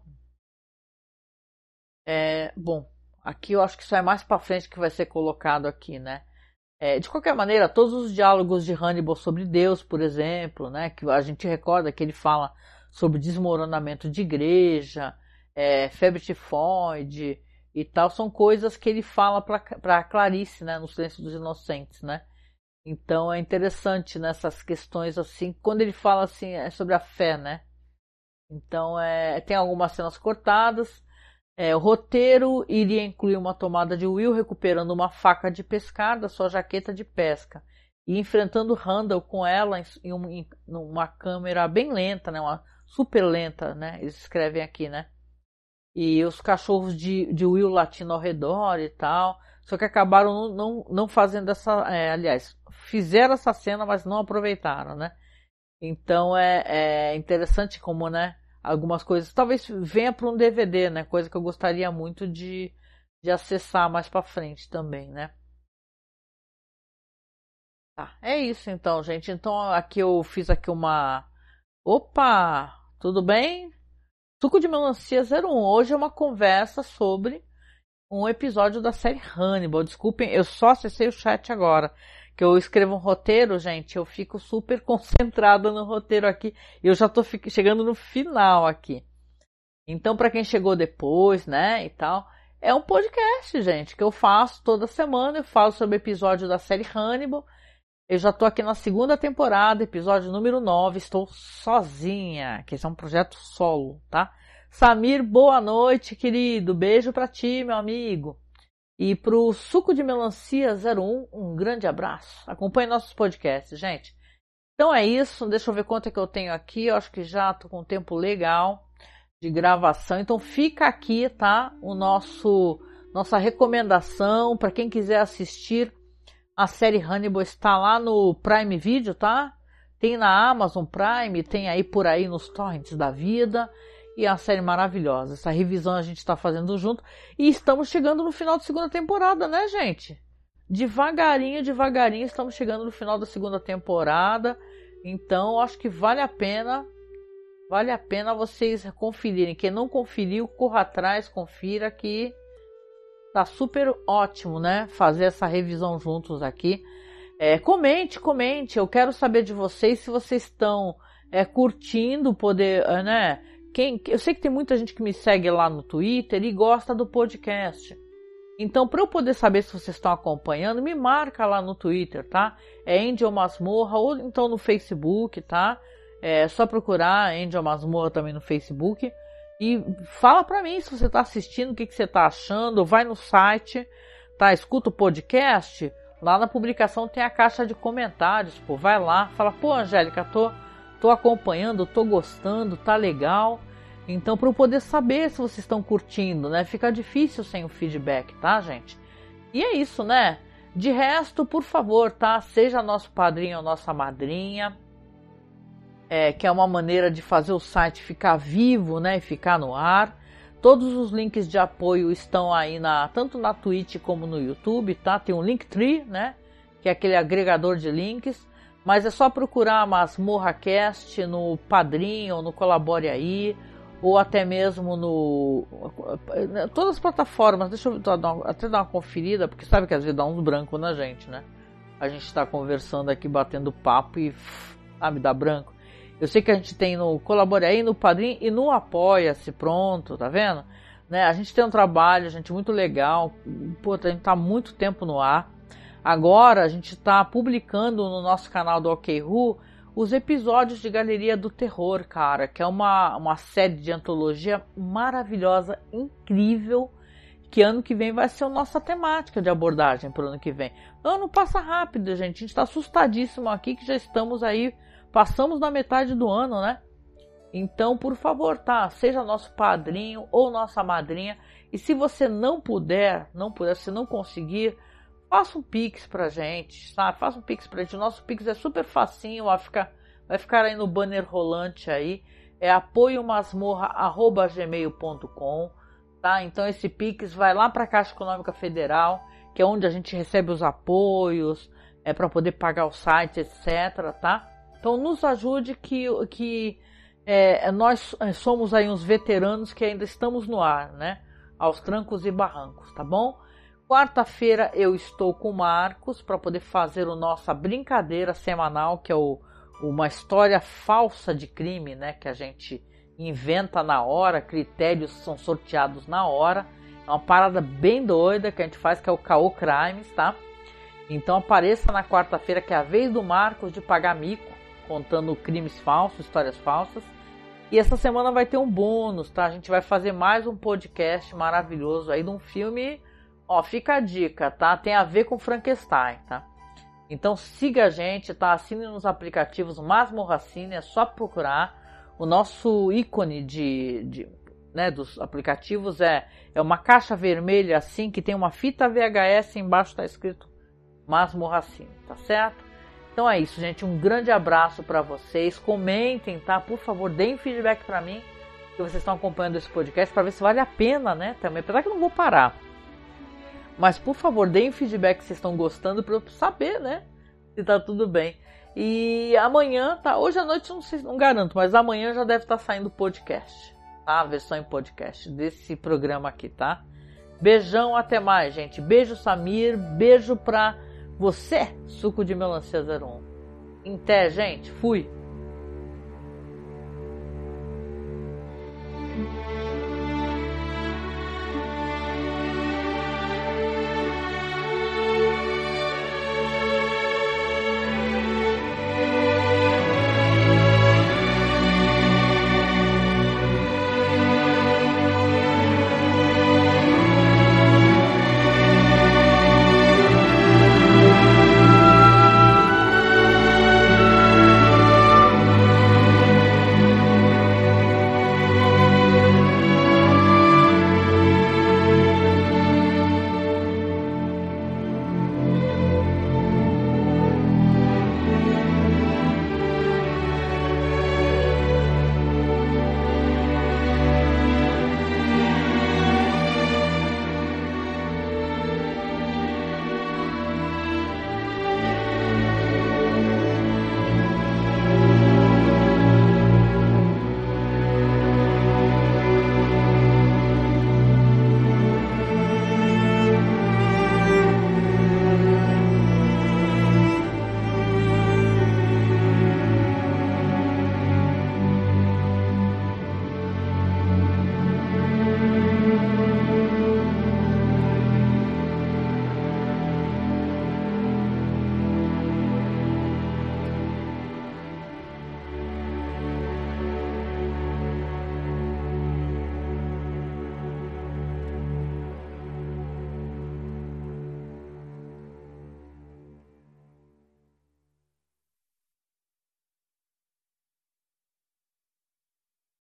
É, bom, aqui eu acho que isso é mais para frente que vai ser colocado aqui, né? É, de qualquer maneira, todos os diálogos de Hannibal sobre Deus, por exemplo, né, que a gente recorda que ele fala sobre desmoronamento de igreja, é, febre tifoide e tal, são coisas que ele fala para Clarice, né, no Silêncio dos Inocentes, né? Então é interessante nessas questões assim, quando ele fala assim é sobre a fé, né? Então é, tem algumas cenas cortadas. É, o roteiro iria incluir uma tomada de Will recuperando uma faca de pescar da sua jaqueta de pesca e enfrentando Randall com ela em, em, em uma câmera bem lenta, né? Uma super lenta, né? Eles escrevem aqui, né? E os cachorros de, de Will latindo ao redor e tal. Só que acabaram não, não, não fazendo essa... É, aliás, fizeram essa cena, mas não aproveitaram, né? Então é, é interessante como, né? Algumas coisas, talvez venha para um D V D, né? Coisa que eu gostaria muito de, de acessar mais para frente também, né? Tá, é isso então, gente. Então aqui eu fiz aqui uma... Opa! Tudo bem? Suco de Melancia zero um. Hoje é uma conversa sobre um episódio da série Hannibal. Desculpem, eu só acessei o chat agora. Que eu escrevo um roteiro, gente, eu fico super concentrada no roteiro aqui. E eu já tô chegando no final aqui. Então, para quem chegou depois, né, e tal, é um podcast, gente, que eu faço toda semana. Eu falo sobre o episódio da série Hannibal. Eu já tô aqui na segunda temporada, episódio número nove. Estou sozinha, que esse é um projeto solo, tá? Samir, boa noite, querido. Beijo pra ti, meu amigo. E pro Suco de Melancia zero um, um grande abraço. Acompanhe nossos podcasts, gente. Então é isso. Deixa eu ver quanto é que eu tenho aqui. Eu acho que já tô com um tempo legal de gravação. Então fica aqui, tá? O nosso nossa recomendação para quem quiser assistir a série Hannibal está lá no Prime Video, tá? Tem na Amazon Prime, tem aí por aí nos torrents da vida. E é uma série maravilhosa. Essa revisão a gente está fazendo junto. E estamos chegando no final da segunda temporada, né, gente? Devagarinho, devagarinho, estamos chegando no final da segunda temporada. Então, acho que vale a pena vale a pena vocês conferirem. Quem não conferiu, corra atrás, confira que tá super ótimo, né? Fazer essa revisão juntos aqui. É, comente, comente. Eu quero saber de vocês se vocês estão é, curtindo poder, né? Quem, eu sei que tem muita gente que me segue lá no Twitter e gosta do podcast. Então, para eu poder saber se vocês estão acompanhando, me marca lá no Twitter, tá? É Angel Masmorra ou então no Facebook, tá? É só procurar Angel Masmorra também no Facebook. E fala para mim se você está assistindo, o que, que você está achando. Vai no site, tá? Escuta o podcast. Lá na publicação tem a caixa de comentários, pô. Vai lá, fala, pô, Angélica, tô, tô acompanhando, tô gostando, tá legal. Então, para eu poder saber se vocês estão curtindo, né? Fica difícil sem o feedback, tá, gente? E é isso, né? De resto, por favor, tá? Seja nosso padrinho ou nossa madrinha, é, que é uma maneira de fazer o site ficar vivo, né? E ficar no ar. Todos os links de apoio estão aí, na, tanto na Twitch como no YouTube, tá? Tem um Linktree, né? Que é aquele agregador de links. Mas é só procurar a MasmorraCast no Padrinho ou no Colabore Aí, ou até mesmo no... todas as plataformas. Deixa eu dar uma, até dar uma conferida, porque sabe que às vezes dá uns brancos na gente, né? A gente está conversando aqui, batendo papo e, sabe, dá branco. Eu sei que a gente tem no Colabore Aí, no Padrim e no Apoia-se, pronto, tá vendo? Né? A gente tem um trabalho, gente, muito legal. Pô, a gente tá há muito tempo no ar. Agora a gente tá publicando no nosso canal do OkRu os episódios de Galeria do Terror, cara, que é uma, uma série de antologia maravilhosa, incrível, que ano que vem vai ser a nossa temática de abordagem para o ano que vem. Ano passa rápido, gente, a gente está assustadíssimo aqui que já estamos aí, passamos na metade do ano, né? Então, por favor, tá, seja nosso padrinho ou nossa madrinha, e se você não puder, não puder, se não conseguir, faça um Pix pra gente, sabe? Faça um Pix pra gente. O nosso Pix é super facinho, vai ficar, vai ficar aí no banner rolante aí. É apoio masmorra arroba gmail ponto com, tá? Então esse Pix vai lá pra Caixa Econômica Federal, que é onde a gente recebe os apoios, é para poder pagar o site, etcétera, tá? Então nos ajude que, que é, nós somos aí uns veteranos que ainda estamos no ar, né? Aos trancos e barrancos, tá bom? Quarta-feira eu estou com o Marcos para poder fazer a nossa brincadeira semanal, que é o, uma história falsa de crime, né? Que a gente inventa na hora, critérios são sorteados na hora. É uma parada bem doida que a gente faz, que é o Caô Crimes, tá? Então apareça na quarta-feira, que é a vez do Marcos de pagar mico, contando crimes falsos, histórias falsas. E essa semana vai ter um bônus, tá? A gente vai fazer mais um podcast maravilhoso aí de um filme... Ó, fica a dica, tá? Tem a ver com Frankenstein, tá? Então siga a gente, tá? Assine nos aplicativos Masmorracine, é só procurar. O nosso ícone de, de, né, dos aplicativos é, é uma caixa vermelha assim, que tem uma fita V H S, embaixo tá escrito Masmorracine, tá certo? Então é isso, gente. Um grande abraço para vocês. Comentem, tá? Por favor, deem feedback para mim, que vocês estão acompanhando esse podcast, para ver se vale a pena, né? Também, apesar que eu não vou parar. Mas, por favor, deem feedback se vocês estão gostando para eu saber, né? Se tá tudo bem. E amanhã, tá? Hoje à noite eu não sei, não garanto, mas amanhã já deve estar saindo o podcast, tá? A versão em podcast desse programa aqui, tá? Beijão, até mais, gente. Beijo, Samir. Beijo pra você, Suco de Melancia zero um. Em té, gente. Fui.